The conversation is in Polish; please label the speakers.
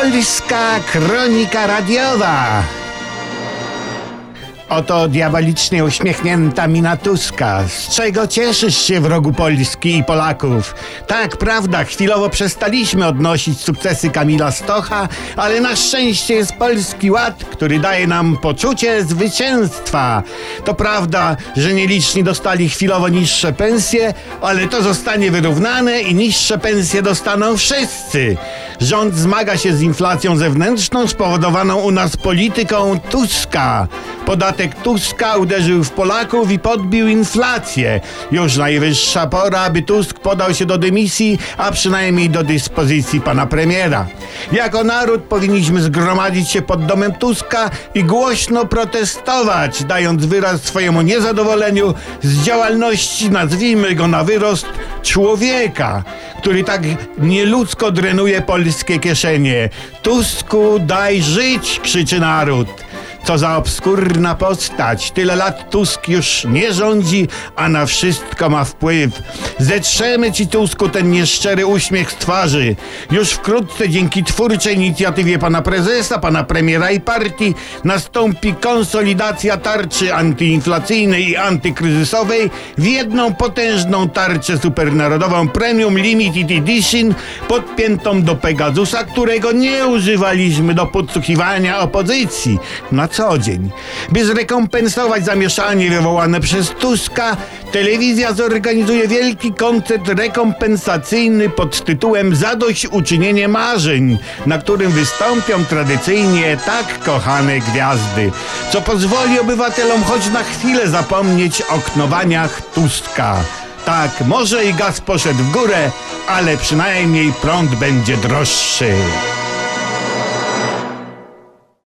Speaker 1: Polska Kronika Radiowa. Oto diabolicznie uśmiechnięta mina Tuska. Z czego cieszysz się, wrogu Polski i Polaków? Tak, prawda, chwilowo przestaliśmy odnosić sukcesy Kamila Stocha, ale na szczęście jest Polski Ład, który daje nam poczucie zwycięstwa. To prawda, że nieliczni dostali chwilowo niższe pensje, ale to zostanie wyrównane i niższe pensje dostaną wszyscy. Rząd zmaga się z inflacją zewnętrzną spowodowaną u nas polityką Tuska. Podatek Tuska uderzył w Polaków i podbił inflację. Już najwyższa pora, aby Tusk podał się do dymisji, a przynajmniej do dyspozycji pana premiera. Jako naród powinniśmy zgromadzić się pod domem Tuska i głośno protestować, dając wyraz swojemu niezadowoleniu z działalności, nazwijmy go na wyrost, człowieka, który tak nieludzko drenuje polskie kieszenie. Tusku, daj żyć, krzyczy naród. Co za obskurna postać. Tyle lat Tusk już nie rządzi, a na wszystko ma wpływ. Zetrzemy ci, Tusku, ten nieszczery uśmiech z twarzy. Już wkrótce dzięki twórczej inicjatywie pana prezesa, pana premiera i partii nastąpi konsolidacja tarczy antyinflacyjnej i antykryzysowej w jedną potężną tarczę supernarodową Premium Limited Edition podpiętą do Pegasusa, którego nie używaliśmy do podsłuchiwania opozycji na co dzień. By zrekompensować zamieszanie wywołane przez Tuska, telewizja zorganizuje wielki koncert rekompensacyjny pod tytułem Zadośćuczynienie marzeń, na którym wystąpią tradycyjnie tak kochane gwiazdy, co pozwoli obywatelom choć na chwilę zapomnieć o knowaniach Tuska. Tak, może i gaz poszedł w górę, ale przynajmniej prąd będzie droższy.